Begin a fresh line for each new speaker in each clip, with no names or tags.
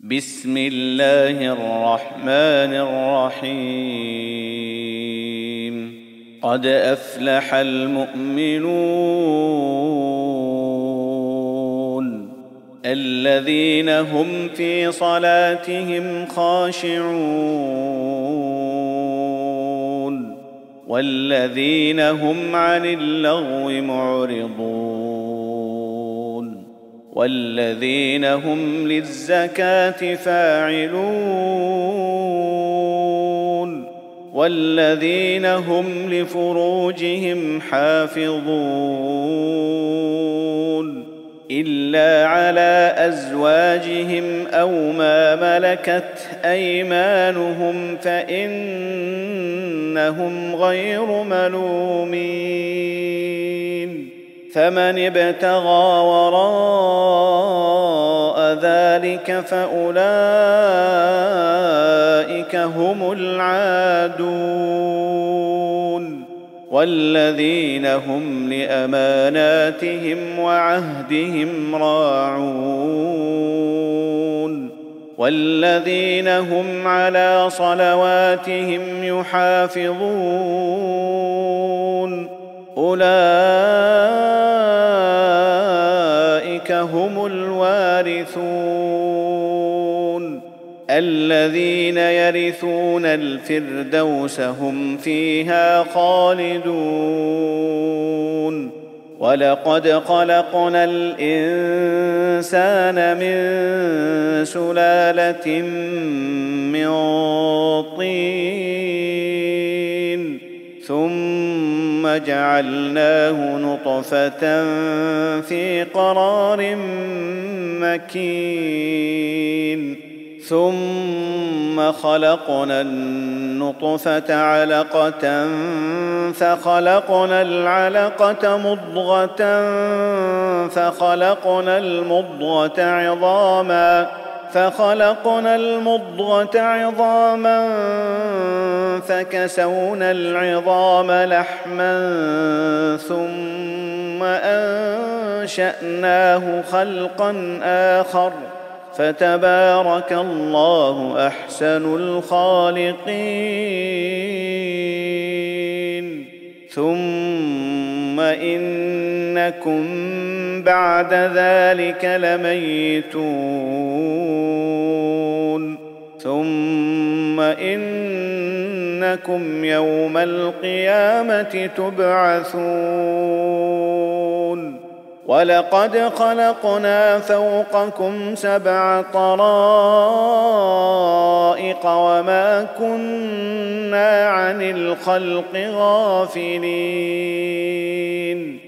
بسم الله الرحمن الرحيم قد أفلح المؤمنون الذين هم في صلاتهم خاشعون والذين هم عن اللغو معرضون والذين هم للزكاة فاعلون والذين هم لفروجهم حافظون إلا على أزواجهم أو ما ملكت أيمانهم فإنهم غير ملومين فمن ابتغى وراء ذلك فأولئك هم العادون والذين هم لأماناتهم وعهدهم راعون والذين هم على صلواتهم يحافظون أولئك هم الوارثون الذين يرثون الفردوس هم فيها خالدون ولقد خلقنا الإنسان من سلالة من طين ثم جعلناه نطفة في قرار مكين ثم خلقنا النطفة علقة فخلقنا العلقة مضغة فخلقنا المضغة عظاما فكسونا العظام لحما ثم أنشأناه خلقا آخر فتبارك الله أحسن الخالقين ثم إنكم بعد ذلك لميتون ثم إنكم يوم القيامة تبعثون ولقد خلقنا فوقكم 7 طرائق وما كنا عن الخلق غافلين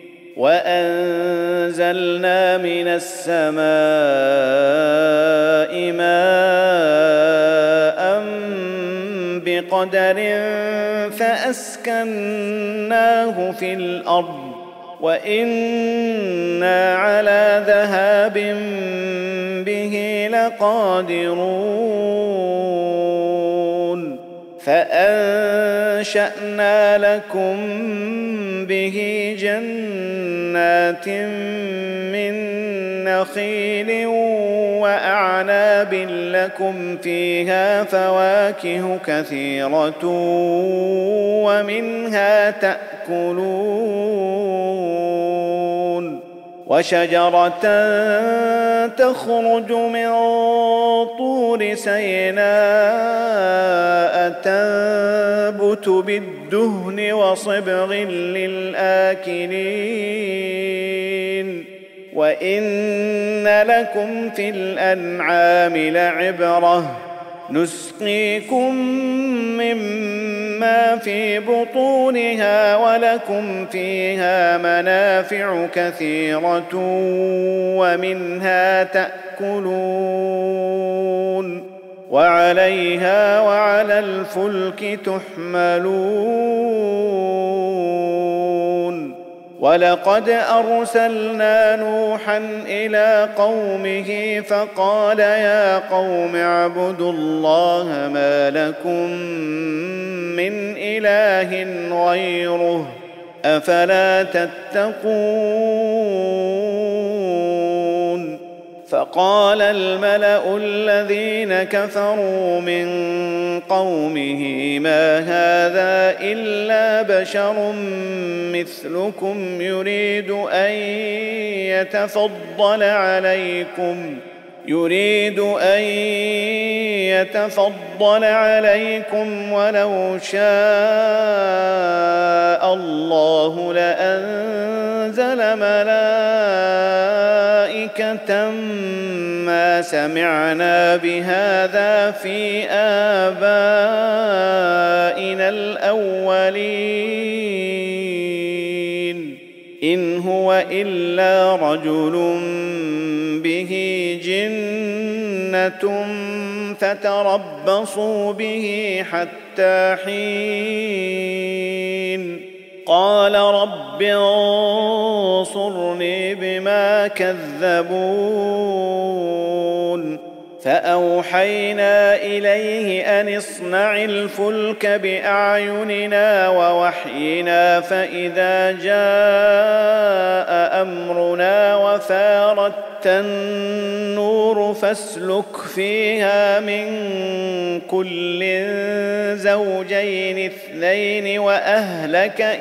وأنزلنا من السماء ماء بقدر فأسكناه في الأرض وإنا على ذهاب به لقادرون فأنشأنا لكم به جنات من نخيل وأعناب لكم فيها فواكه كثيرة ومنها تأكلون وشجرة تخرج من طور سيناء تنبت بالدهن وصبغ للآكلين وإن لكم في الأنعام لعبرة نسقيكم مما في بطونها ولكم فيها منافع كثيرة ومنها تأكلون وعليها وعلى الفلك تحملون ولقد أرسلنا نوحا إلى قومه فقال يا قوم اعبدوا الله ما لكم من إله غيره أفلا تتقون فقال الملأ الذين كفروا من قومه ما هذا إلا بشر مثلكم يريد أن يتفضل عليكم ولو شاء الله لأنزل ملائكة ما سمعنا بهذا في آبائنا الأولين إن هو إلا رجل به جنة فتربصوا به حتى حين قال رب انصرني بما كذبون فأوحينا إليه أن اصنع الفلك بأعيننا ووحينا فإذا جاء أمرنا وفاردت النور فاسلك فيها من كل زوجين اثنين وأهلك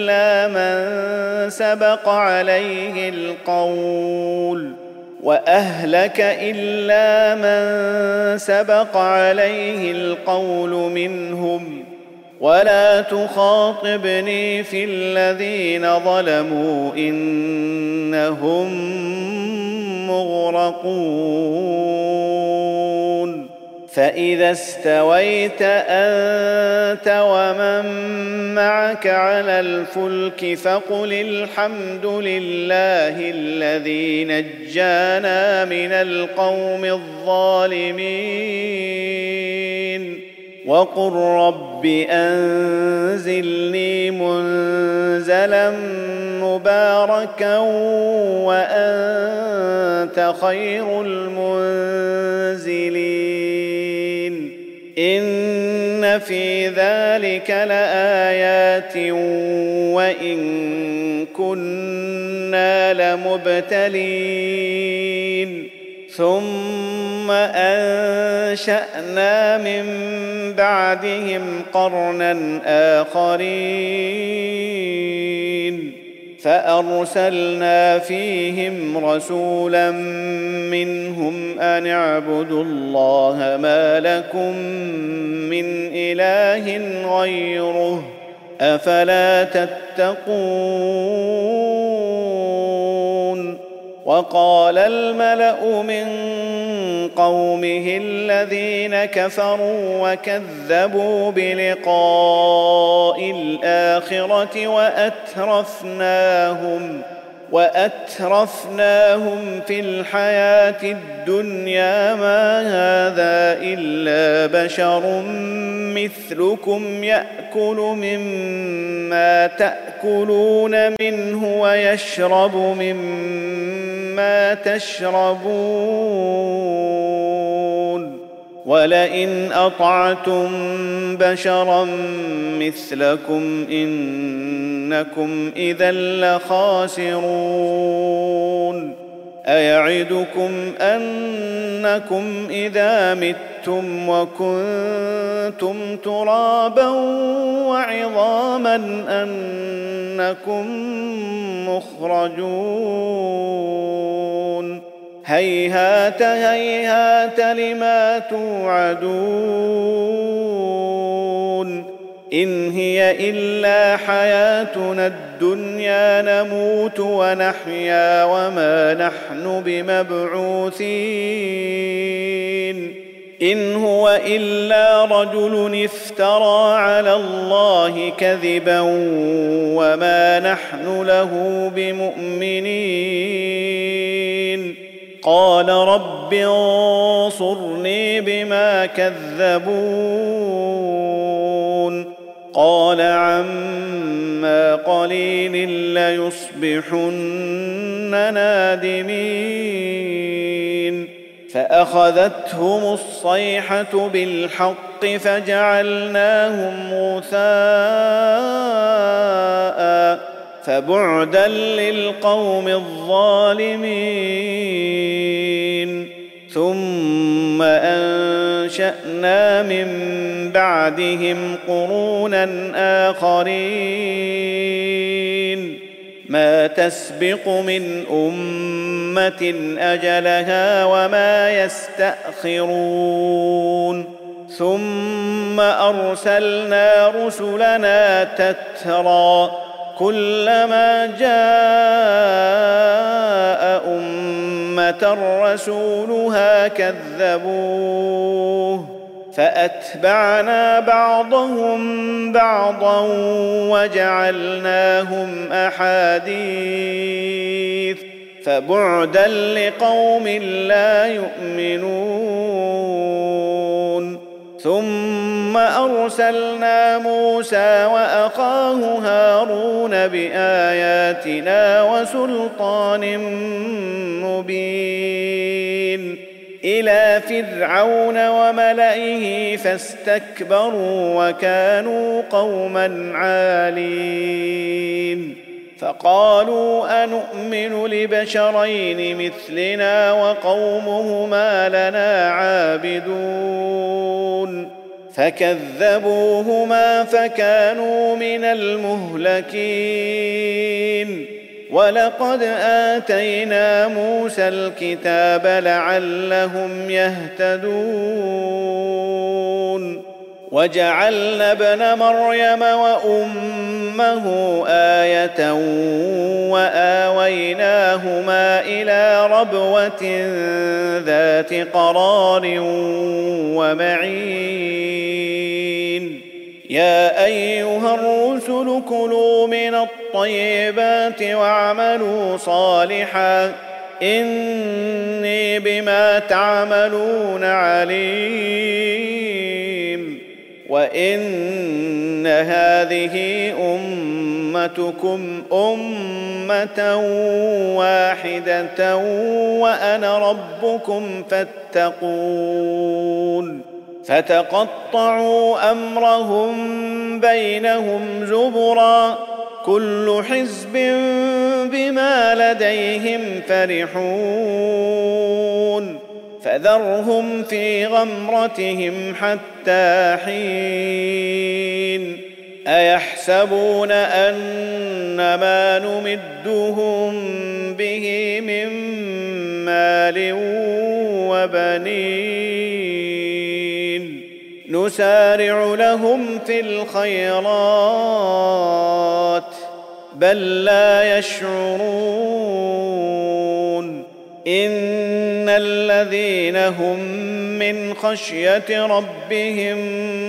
إلا من سبق عليه القول منهم ولا تخاطبني في الذين ظلموا إنهم مغرقون فإذا استويت أنت ومن معك على الفلك فقل الحمد لله الذي نجانا من القوم الظالمين وقل رب أنزلني منزلا مباركا وأنت خير المنزلين إن في ذلك لآيات وإن كنا لمبتلين ثم أنشأنا من بعدهم قرنا آخرين فأرسلنا فيهم رسولا منهم أن اعبدوا الله ما لكم من إله غيره أفلا تتقون وقال الملأ من قومه الذين كفروا وكذبوا بلقاء الآخرة وأترفناهم في الحياة الدنيا ما هذا إلا بشر مثلكم يأكل مما تأكلون منه ويشرب مما تشربون ولئن أطعتم بشرا مثلكم إنكم إذا لخاسرون أيعدكم أنكم إذا متم وكنتم ترابا وعظاما أنكم مخرجون هيهات هيهات لما توعدون إن هي إلا حياتنا الدنيا نموت ونحيا وما نحن بمبعوثين إن هو إلا رجل افترى على الله كذبا وما نحن له بمؤمنين قال رب انصرني بما كذبون قال عما قليل ليصبحن نادمين فأخذتهم الصيحة بالحق فجعلناهم غثاء فبعدا للقوم الظالمين ثم أنشأنا من بعدهم قرونا آخرين ما تسبق من أمة أجلها وما يستأخرون ثم أرسلنا رسلنا تترى كلما جاء أمة رسولها كذبوه فأتبعنا بعضهم بعضا وجعلناهم أحاديث فبعدا لقوم لا يؤمنون ثم أرسلنا موسى وأخاه هارون بآياتنا وسلطان مبين إلى فرعون وملئه فاستكبروا وكانوا قوما عالين فقالوا أنؤمن لبشرين مثلنا وقومهما لنا عابدون فكذبوهما فكانوا من المهلكين ولقد آتينا موسى الكتاب لعلهم يهتدون وجعلنا ابن مريم وأمه آية وآويناهما إلى ربوة ذات قرار ومعين يا أيها الرسل كلوا من الطيبات واعملوا صالحا إني بما تعملون عليم وإن هذه أمتكم أمة واحدة وأنا ربكم فاتقون فتقطعوا أمرهم بينهم زبرا كل حزب بما لديهم فرحون فذرهم في غمرتهم حتى حين أيحسبون أن ما نمدهم به من مال وبنين نسارع لهم في الخيرات بل لا يشعرون إن الذين هم من خشية ربهم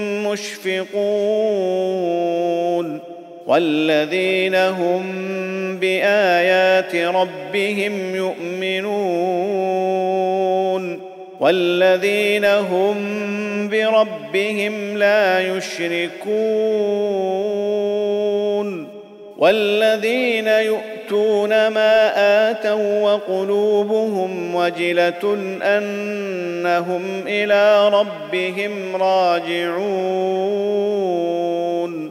مشفقون والذين هم بآيات ربهم يؤمنون والذين هم بربهم لا يشركون والذين يؤتون ما آتوا وقلوبهم وجلة أنهم إلى ربهم راجعون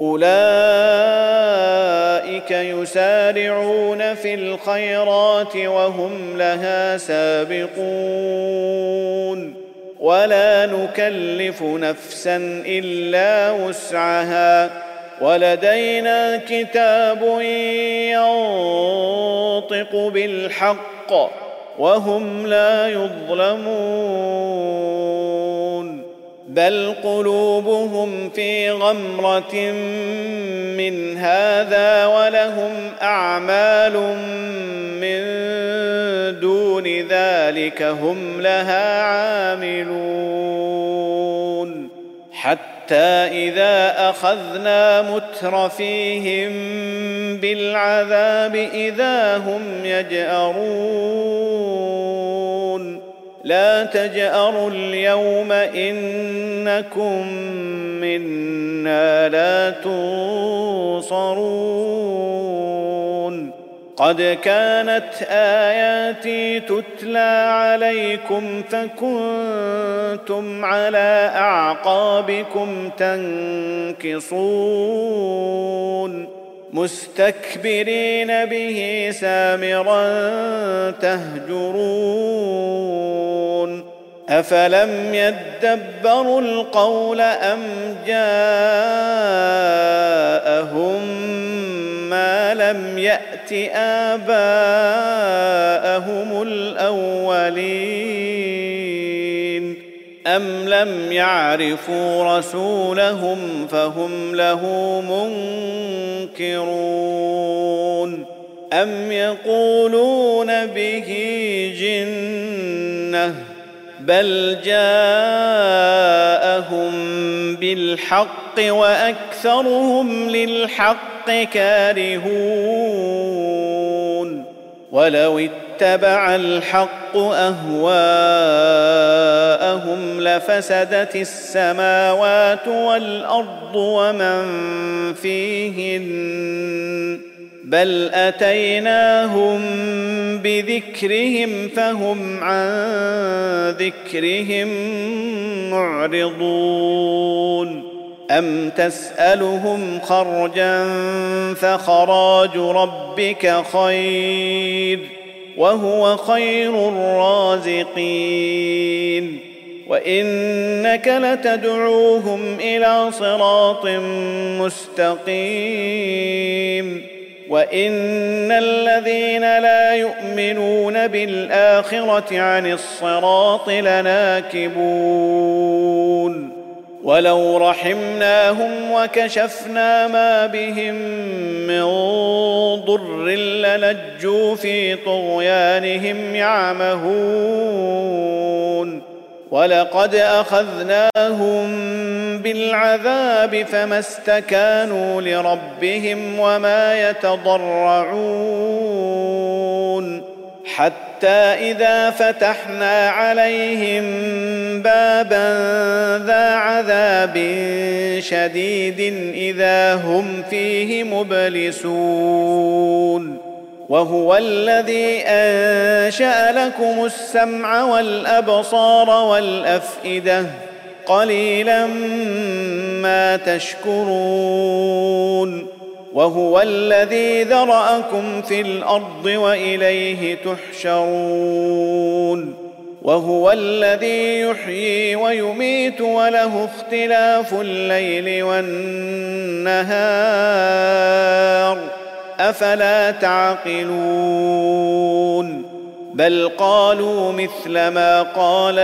أولئك يسارعون في الخيرات وهم لها سابقون ولا نكلف نفسا إلا وسعها ولدينا كتاب ينطق بالحق وهم لا يظلمون بل قلوبهم في غمرة من هذا ولهم أعمال من دون ذلك هم لها عاملون حتى إذا أخذنا مترفيهم بالعذاب إذا هم يجأرون لا تجأروا اليوم إنكم منا لا تنصرون قد كانت آياتي تتلى عليكم فكنتم على أعقابكم تنكصون مستكبرين به سامرا تهجرون أفلم يدبروا القول أم جاءهم ما لم يأت آباءهم الأولين أم لم يعرفوا رسولهم فهم له منكرون أم يقولون به جنة بل جاءهم بالحق وأكثرهم للحق كارهون ولو اتبع الحق أهواءهم لفسدت السماوات والأرض ومن فيهن بل أتيناهم بذكرهم فهم عن ذكرهم معرضون أم تسألهم خرجا فخراج ربك خير وهو خير الرازقين وإنك لتدعوهم إلى صراط مستقيم وإن الذين لا يؤمنون بالآخرة عن الصراط لناكبون ولو رحمناهم وكشفنا ما بهم من ضر للجوا في طغيانهم يعمهون ولقد أخذناهم بالعذاب فما استكانوا لربهم وما يتضرعون حتى إذا فتحنا عليهم بابا ذا عذاب شديد إذا هم فيه مبلسون وهو الذي أنشأ لكم السمع والأبصار والأفئدة قليلا ما تشكرون وهو الذي ذرأكم في الأرض وإليه تحشرون وهو الذي يحيي ويميت وله اختلاف الليل والنهار أفلا تعقلون بل قالوا مثل ما قال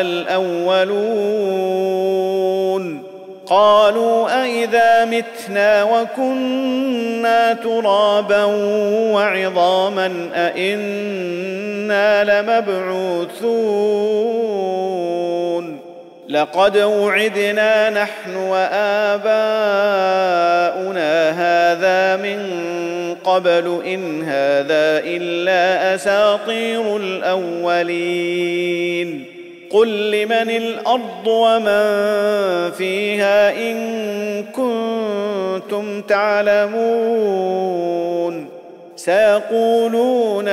الأولون قالوا أإذا متنا وكنا ترابا وعظاما أإنا لمبعوثون لقد وعدنا نحن وآباؤنا هذا من قبل إن هذا إلا أساطير الأولين قل لمن الأرض ومن فيها إن كنتم تعلمون سيقولون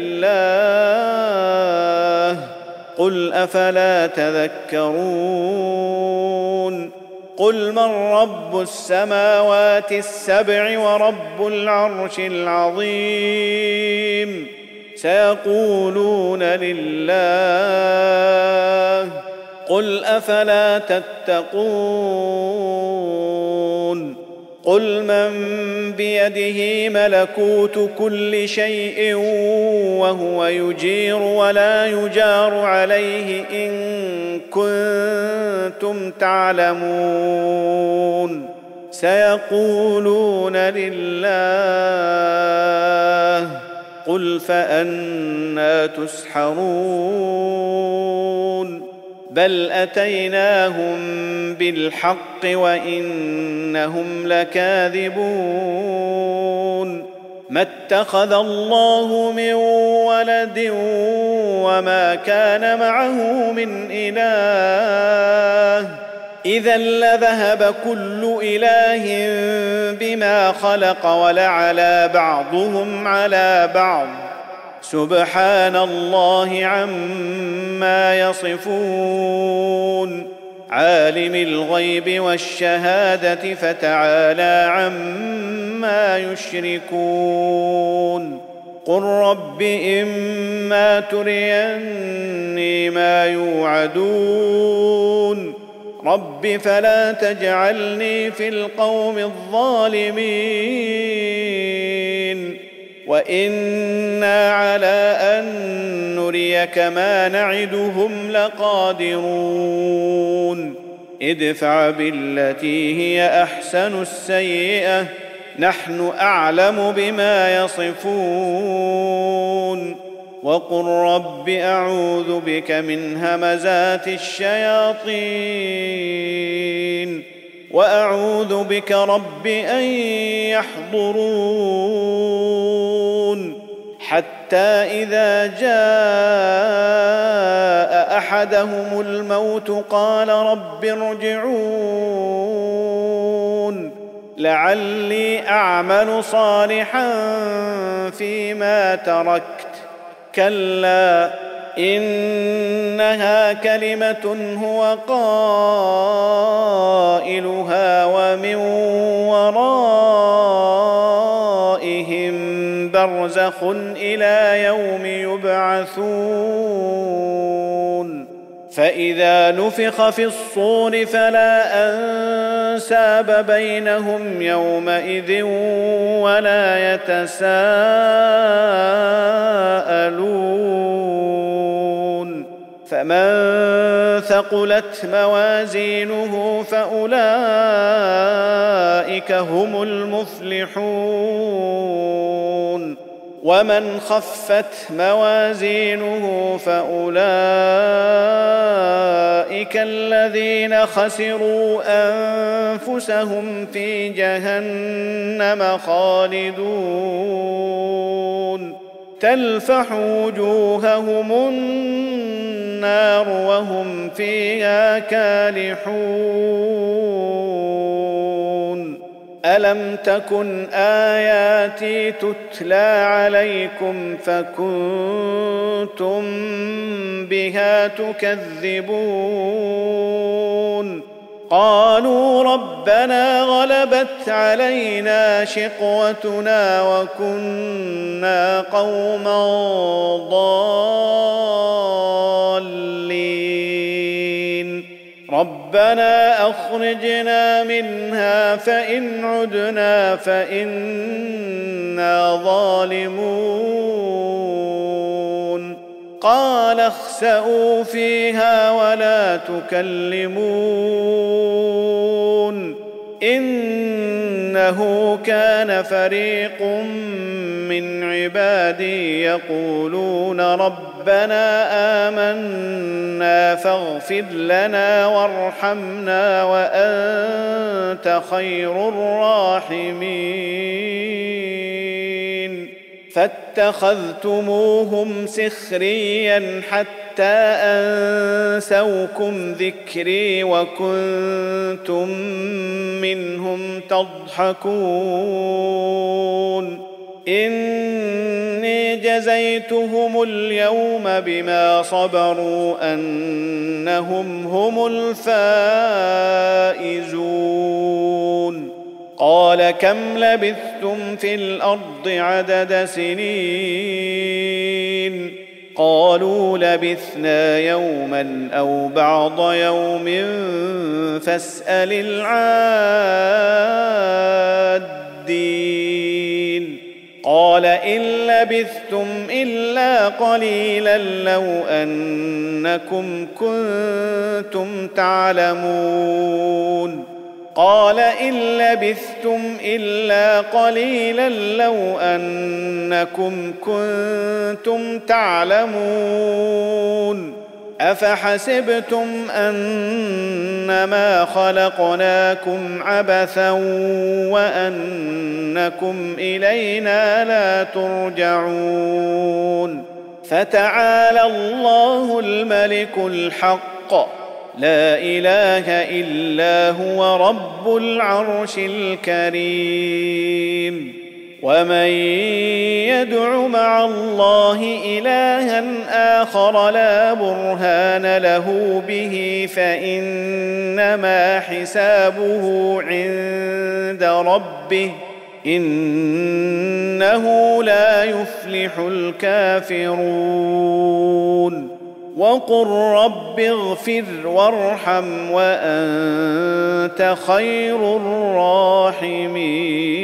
لله قل أفلا تذكرون قل من رب السماوات السبع ورب العرش العظيم سيقولون لله قل أفلا تتقون قل من بيده ملكوت كل شيء وهو يجير ولا يجار عليه إن كنتم تعلمون سيقولون لله قل فأنى تسحرون بل أتيناهم بالحق وإنهم لكاذبون ما اتخذ الله من ولد وما كان معه من إله إذا لذهب كل إله بما خلق ولعلى بعضهم على بعض سبحان الله عما يصفون عالم الغيب والشهادة فتعالى عما يشركون قل رب إما تريني ما يوعدون رب فلا تجعلني في القوم الظالمين وإنا على أن نريك ما نعدهم لقادرون ادفع بالتي هي أحسن السيئة نحن أعلم بما يصفون وقل رب أعوذ بك من همزات الشياطين وأعوذ بك رب أن يحضرون حتى إذا جاء أحدهم الموت قال رب ارجعون لعلي أعمل صالحا فيما تركت كلا إنها كلمة هو قائلها ومن ورائهم برزخ إلى يوم يبعثون فإذا نفخ في الصور فلا أنساب بينهم يومئذ ولا يتساءلون فمن ثقلت موازينه فأولئك هم المفلحون ومن خفت موازينه فأولئك الذين خسروا أنفسهم في جهنم خالدون تلفح وجوههم النار وهم فيها كالحون ألم تكن آياتي تتلى عليكم فكنتم بها تكذبون قالوا ربنا غلبت علينا شقوتنا وكنا قوما ضالين ربنا أخرجنا منها فإن عدنا فإنا ظالمون قال اخسئوا فيها ولا تكلمون إنه كان فريق من عبادي يقولون ربنا آمنا فاغفر لنا وارحمنا وأنت خير الراحمين فاتخذتموهم سخريا حتى أنسوكم ذكري وكنتم منهم تضحكون إني جزيتهم اليوم بما صبروا أنهم هم الفائزون قال كم لبثتم في الأرض عدد سنين قالوا لبثنا يوما أو بعض يوم فاسأل العادين قال إن لبثتم إلا قليلا لو أنكم كنتم تعلمون قال إن لبثتم إلا قليلا لو أنكم كنتم تعلمون أفحسبتم أنما خلقناكم عبثا وأنكم إلينا لا ترجعون فتعالى الله الملك الحق لا إله إلا هو رب العرش الكريم ومن يدع مع الله إلها آخر لا برهان له به فإنما حسابه عند ربه إنه لا يفلح الكافرون وقل رب اغفر وارحم وأنت خير الراحمين